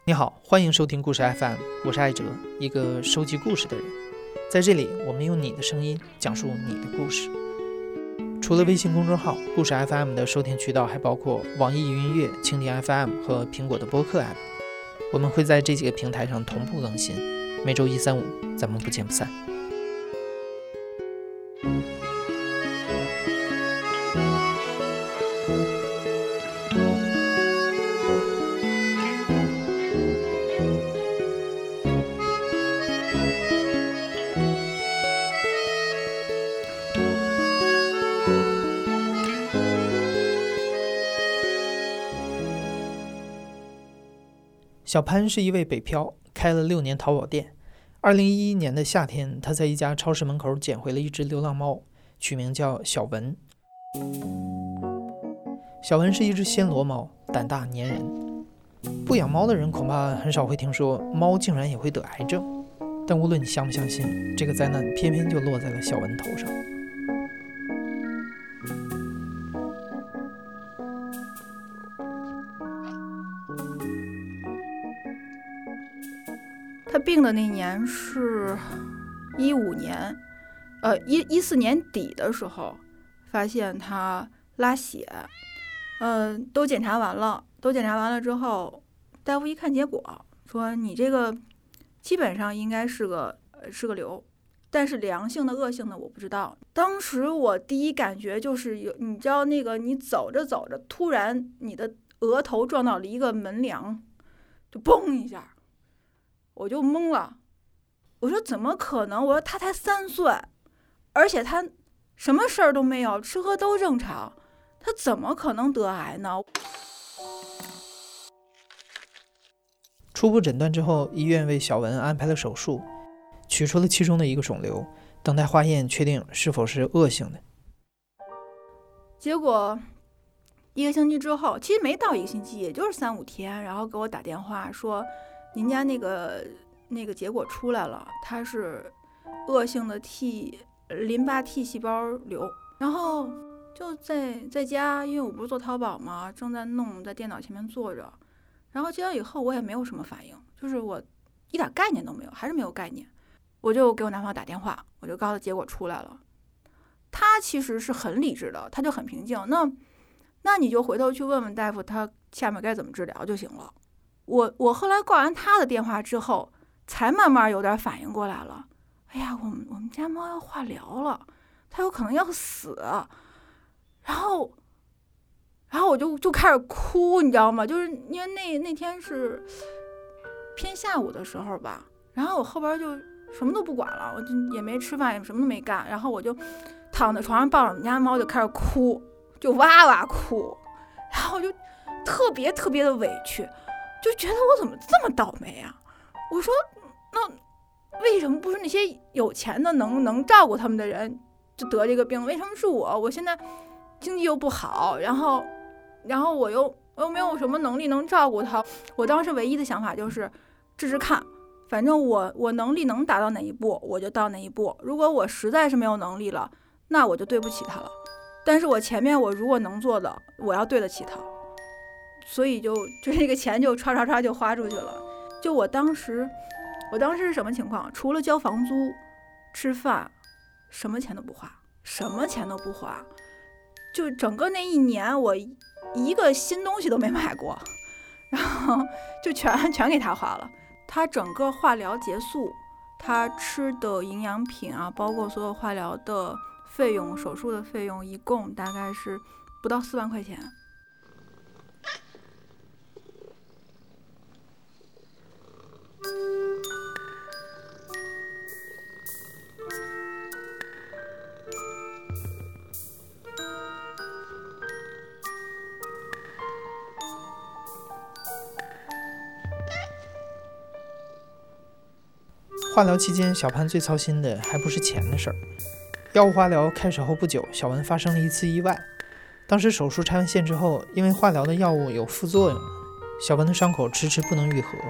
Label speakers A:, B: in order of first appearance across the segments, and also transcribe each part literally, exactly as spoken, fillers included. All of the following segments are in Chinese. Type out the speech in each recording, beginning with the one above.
A: 你好，欢迎收听故事 F M， 我是艾哲，一个收集故事的人。在这里，我们用你的声音讲述你的故事。除了微信公众号故事 F M 的收听渠道，还包括网易云音乐、蜻蜓 F M 和苹果的播客 App。我们会在这几个平台上同步更新，每周一、三、五，咱们不见不散。小潘是一位北漂，开了六年淘宝店。二零一一年的夏天，他在一家超市门口捡回了一只流浪猫，取名叫小文。小文是一只暹罗猫，胆大粘人。不养猫的人恐怕很少会听说猫竟然也会得癌症，但无论你相不相信，这个灾难偏偏就落在了小文头上。
B: 他病的那年是一五年，呃，一一四年底的时候，发现他拉血，嗯、呃，都检查完了，都检查完了之后，大夫一看结果，说你这个基本上应该是个是个瘤，但是良性的恶性的我不知道。当时我第一感觉就是有，你知道那个你走着走着，突然你的额头撞到了一个门梁，就嘣一下。我就懵了，我说怎么可能？我说他才三岁，而且他什么事儿都没有，吃喝都正常，他怎么可能得癌呢？
A: 初步诊断之后，医院为小文安排了手术，取出了其中的一个肿瘤，等待化验确定是否是恶性的。
B: 结果一个星期之后，其实没到一个星期，也就是三五天，然后给我打电话说，您家那个那个结果出来了，它是恶性的 T 淋巴 T 细胞瘤。然后就在在家，因为我不是做淘宝嘛，正在弄，在电脑前面坐着。然后接到以后，我也没有什么反应，就是我一点概念都没有，还是没有概念。我就给我男朋友打电话，我就告诉他结果出来了。他其实是很理智的，他就很平静。那那你就回头去问问大夫，他下面该怎么治疗就行了。我我后来挂完他的电话之后，才慢慢有点反应过来了。哎呀，我们我们家猫要化疗了，它有可能要死。然后，然后我就就开始哭，你知道吗？就是因为那那天是偏下午的时候吧，然后我后边就什么都不管了，我就也没吃饭，也什么都没干，然后我就躺在床上抱着我们家猫就开始哭，就哇哇哭，然后就特别特别的委屈。就觉得我怎么这么倒霉啊！我说，那为什么不是那些有钱的能能照顾他们的人就得这个病？为什么是我？我现在经济又不好，然后，然后我又我又没有什么能力能照顾他。我当时唯一的想法就是试试看，反正我我能力能达到哪一步，我就到哪一步。如果我实在是没有能力了，那我就对不起他了。但是我前面我如果能做的，我要对得起他。所以就就这个钱就唰唰唰就花出去了。就我当时，我当时是什么情况？除了交房租、吃饭，什么钱都不花，什么钱都不花。就整个那一年，我一个新东西都没买过，然后就全全给他花了。他整个化疗结束，他吃的营养品啊，包括所有化疗的费用、手术的费用，一共大概是不到四万块钱。
A: 化疗期间，小潘最操心的还不是钱的事儿。药物化疗开始后不久，小文发生了一次意外。当时手术拆完线之后，因为化疗的药物有副作用，小文的伤口迟迟不能愈合。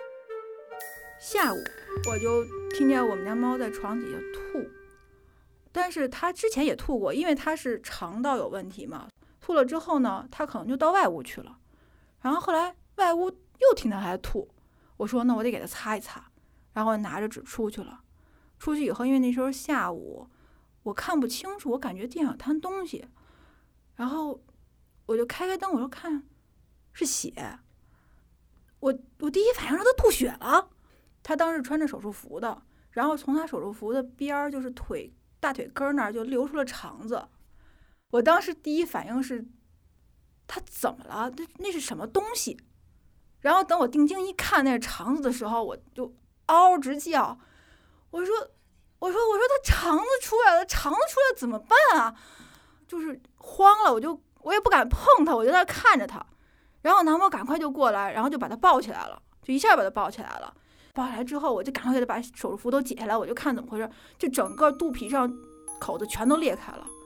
B: 下午我就听见我们家猫在床底下吐， 但是他之前也吐过，因为他是肠道有问题嘛，吐了之后呢，他可能就到外屋去了。然后后来外屋又听到他在吐，我说那我得给他擦一擦，然后拿着纸出去了。出去以后，因为那时候下午我看不清楚，我感觉地上有摊东西，然后我就开开灯，我说看是血，我我第一反应是他吐血了。他当时穿着手术服的，然后从他手术服的边儿，就是腿大腿根那儿就流出了肠子。我当时第一反应是他怎么了？那那是什么东西？然后等我定睛一看那是肠子的时候，我就嗷嗷直叫。我说我说我说他肠子出来了，肠子出来怎么办啊？就是慌了，我就我也不敢碰他，我就在那看着他。然后男朋友赶快就过来，然后就把他抱起来了，就一下把他抱起来了。抱起来之后，我就赶快给他把手术服都解下来，我就看怎么回事，就整个肚皮上口子全都裂开了，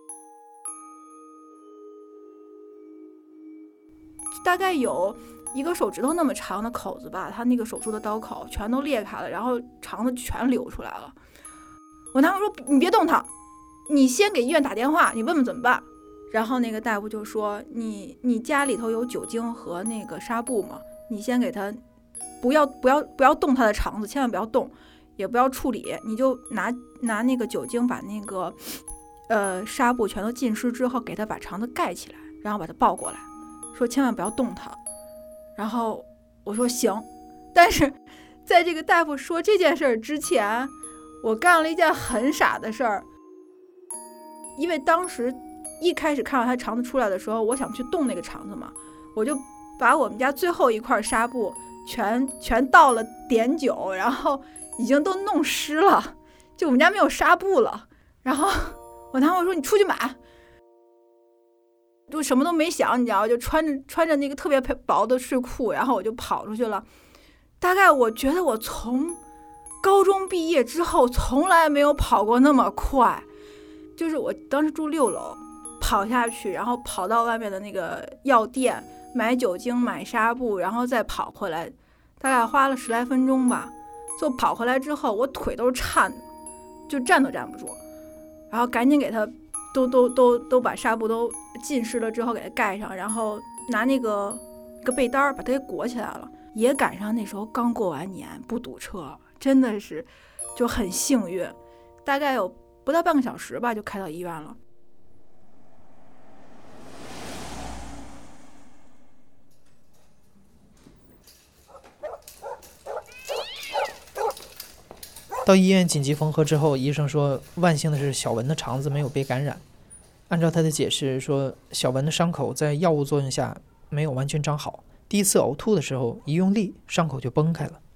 B: 大概有一个手指头那么长的口子吧，他那个手术的刀口全都裂开了，然后肠子全流出来了。我男朋友说你别动他，你先给医院打电话，你问问怎么办。然后那个大夫就说你你家里头有酒精和那个纱布吗？你先给他不要不要不要动他的肠子，千万不要动，也不要处理，你就拿拿那个酒精把那个呃纱布全都浸湿之后，给他把肠子盖起来，然后把他抱过来，说千万不要动他。然后我说行，但是在这个大夫说这件事儿之前，我干了一件很傻的事儿。因为当时一开始看到他肠子出来的时候，我想去动那个肠子嘛，我就把我们家最后一块纱布全全倒了碘酒，然后已经都弄湿了，就我们家没有纱布了。然后我男朋友说你出去买，就什么都没想，你知道，就穿着穿着那个特别薄的睡裤，然后我就跑出去了。大概我觉得我从高中毕业之后从来没有跑过那么快，就是我当时住六楼，跑下去，然后跑到外面的那个药店买酒精买纱布，然后再跑回来，大概花了十来分钟吧。就跑回来之后我腿都是颤的，就站都站不住，然后赶紧给他都都都都把纱布都浸湿了之后给它盖上，然后拿那个一个被单把它给裹起来了。也赶上那时候刚过完年，不堵车，真的是就很幸运，大概有不到半个小时吧就开到医院了。
A: 到医院紧急缝合之后，医生说万幸的是小文的肠子没有被感染。按照他的解释说，小文的伤口在药物作用下没有完全长好，第一次呕吐的时候一用力，伤口就崩开了。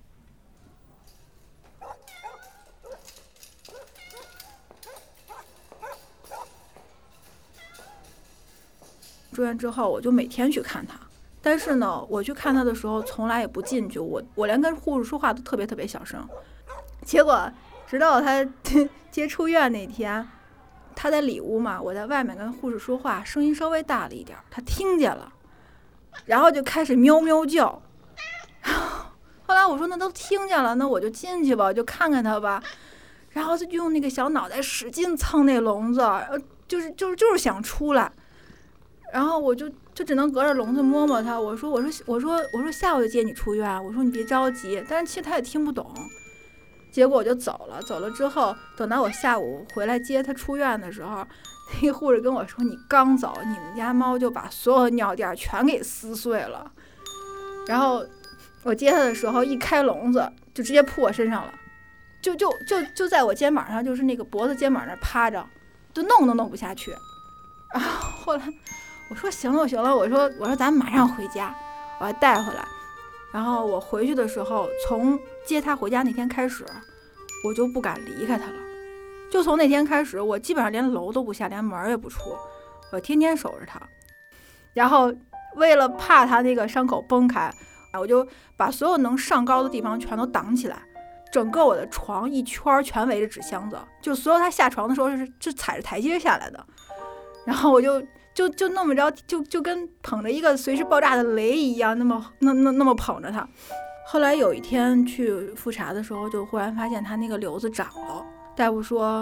B: 住院之后我就每天去看他，但是呢我去看他的时候从来也不进去，我我连跟护士说话都特别特别小声。结果直到他接出院那天，他在里屋嘛，我在外面跟护士说话，声音稍微大了一点，他听见了，然后就开始喵喵叫。后来我说那都听见了，那我就进去吧，我就看看他吧。然后他就用那个小脑袋使劲蹭那笼子，就是就是就是想出来。然后我就就只能隔着笼子摸摸他，我说我说我说我说下午就接你出院，我说你别着急。但是其实他也听不懂。结果我就走了，走了之后，等到我下午回来接他出院的时候，那个护士跟我说：“你刚走，你们家猫就把所有尿垫全给撕碎了。”然后我接他的时候，一开笼子就直接扑我身上了，就就就就在我肩膀上，就是那个脖子肩膀那趴着，就弄都弄不下去。然后后来我说：“行了行了，我说我说咱们马上回家，我要带回来。”然后我回去的时候，从接他回家那天开始，我就不敢离开他了。就从那天开始，我基本上连楼都不下，连门也不出，我天天守着他。然后为了怕他那个伤口崩开，我就把所有能上高的地方全都挡起来，整个我的床一圈全围着纸箱子，就所有他下床的时候是是踩着台阶下来的。然后我就就就那么着，就就跟捧着一个随时爆炸的雷一样，那么那那那么捧着他。后来有一天去复查的时候，就忽然发现他那个瘤子长了。大夫说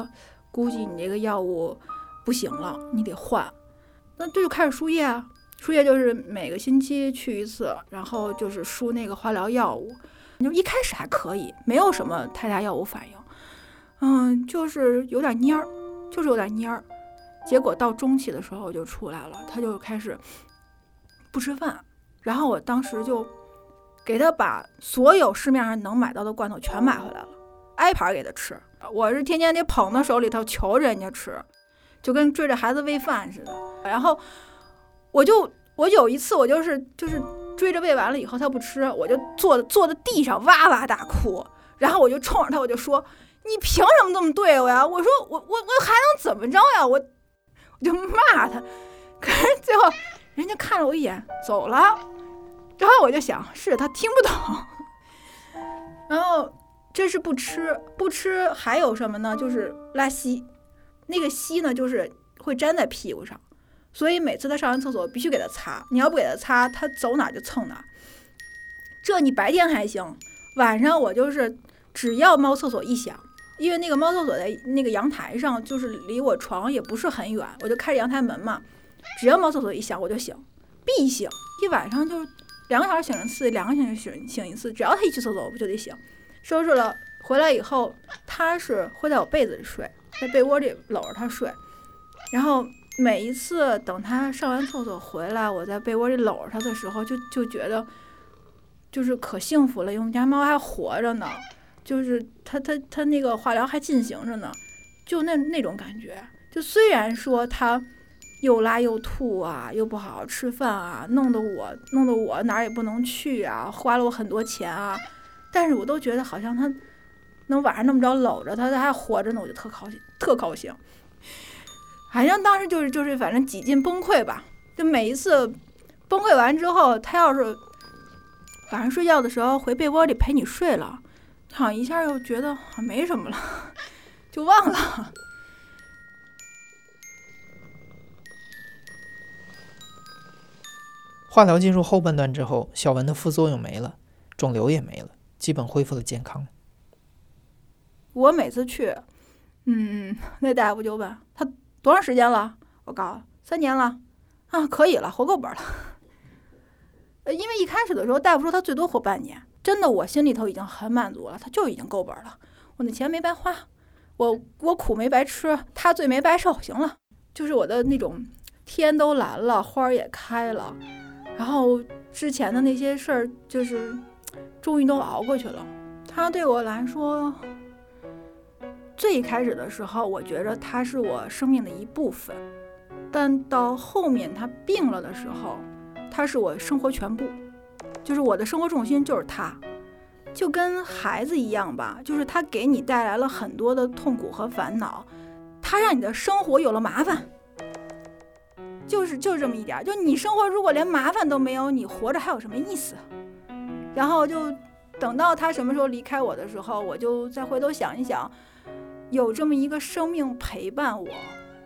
B: 估计你这个药物不行了，你得换。那这就开始输液啊，输液就是每个星期去一次，然后就是输那个化疗药物。就一开始还可以，没有什么太大药物反应，嗯，就是有点蔫儿，就是有点蔫儿。结果到中期的时候就出来了，他就开始不吃饭，然后我当时就给他把所有市面上能买到的罐头全买回来了，挨盘给他吃。我是天天得捧到手里头求着人家吃，就跟追着孩子喂饭似的。然后我就我有一次我就是就是追着喂完了以后他不吃，我就坐坐在地上哇哇大哭，然后我就冲着他我就说你凭什么这么对我呀？我说我我我还能怎么着呀？我我就骂他，可是最后人家看了我一眼走了，然后我就想是他听不懂。然后这是不吃，不吃还有什么呢？就是拉稀，那个稀呢就是会粘在屁股上，所以每次他上完厕所必须给他擦，你要不给他擦，他走哪就蹭哪。这你白天还行，晚上我就是只要猫厕所一响，因为那个猫厕所在那个阳台上，就是离我床也不是很远，我就开着阳台门嘛，只要猫厕所一响我就醒，必醒，一晚上就是两个小时醒一次，两个小时醒醒一次，只要他一去厕所我不就得醒。收拾了回来以后，他是会在我被子里睡，在被窝里搂着他睡，然后每一次等他上完厕所回来，我在被窝里搂着他的时候，就就觉得就是可幸福了，因为我们家猫还活着呢，就是他他他那个化疗还进行着呢，就那那种感觉。就虽然说他又拉又吐啊，又不好好吃饭啊，弄得我弄得我哪儿也不能去啊，花了我很多钱啊，但是我都觉得好像他能晚上那么着搂着他，他还活着呢，我就特高兴，特高兴。反正当时就是就是反正几近崩溃吧，就每一次崩溃完之后，他要是晚上睡觉的时候回被窝里陪你睡了，好像一下又觉得没什么了，就忘了。
A: 化疗进入后半段之后，小文的副作用没了，肿瘤也没了，基本恢复了健康。
B: 我每次去，嗯，那大夫就问他多长时间了，我告诉三年了，啊，可以了，活够本了。因为一开始的时候大夫说他最多活半年，真的我心里头已经很满足了，他就已经够本了，我那钱没白花，我我苦没白吃，他罪没白受，行了。就是我的那种天都蓝了，花也开了，然后之前的那些事儿就是终于都熬过去了。他对我来说，最开始的时候我觉得他是我生命的一部分，但到后面他病了的时候，他是我生活全部，就是我的生活重心就是他，就跟孩子一样吧，就是他给你带来了很多的痛苦和烦恼，他让你的生活有了麻烦，就是就是这么一点，就你生活如果连麻烦都没有，你活着还有什么意思？然后就等到他什么时候离开我的时候，我就再回头想一想，有这么一个生命陪伴我，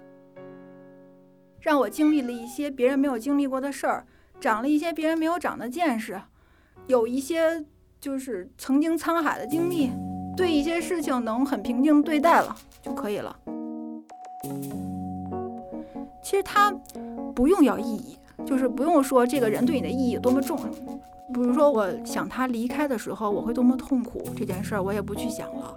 B: 让我经历了一些别人没有经历过的事儿，长了一些别人没有长的见识，有一些就是曾经沧海的经历，对一些事情能很平静对待了就可以了。其实它不用要意义，就是不用说这个人对你的意义有多么重要。比如说我想他离开的时候我会多么痛苦，这件事儿我也不去想了。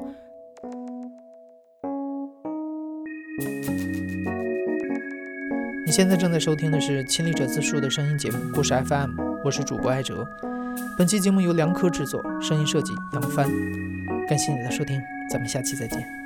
A: 你现在正在收听的是亲历者自述的声音节目故事 F M， 我是主播艾哲。本期节目由梁科制作，声音设计杨帆。感谢你的收听，咱们下期再见。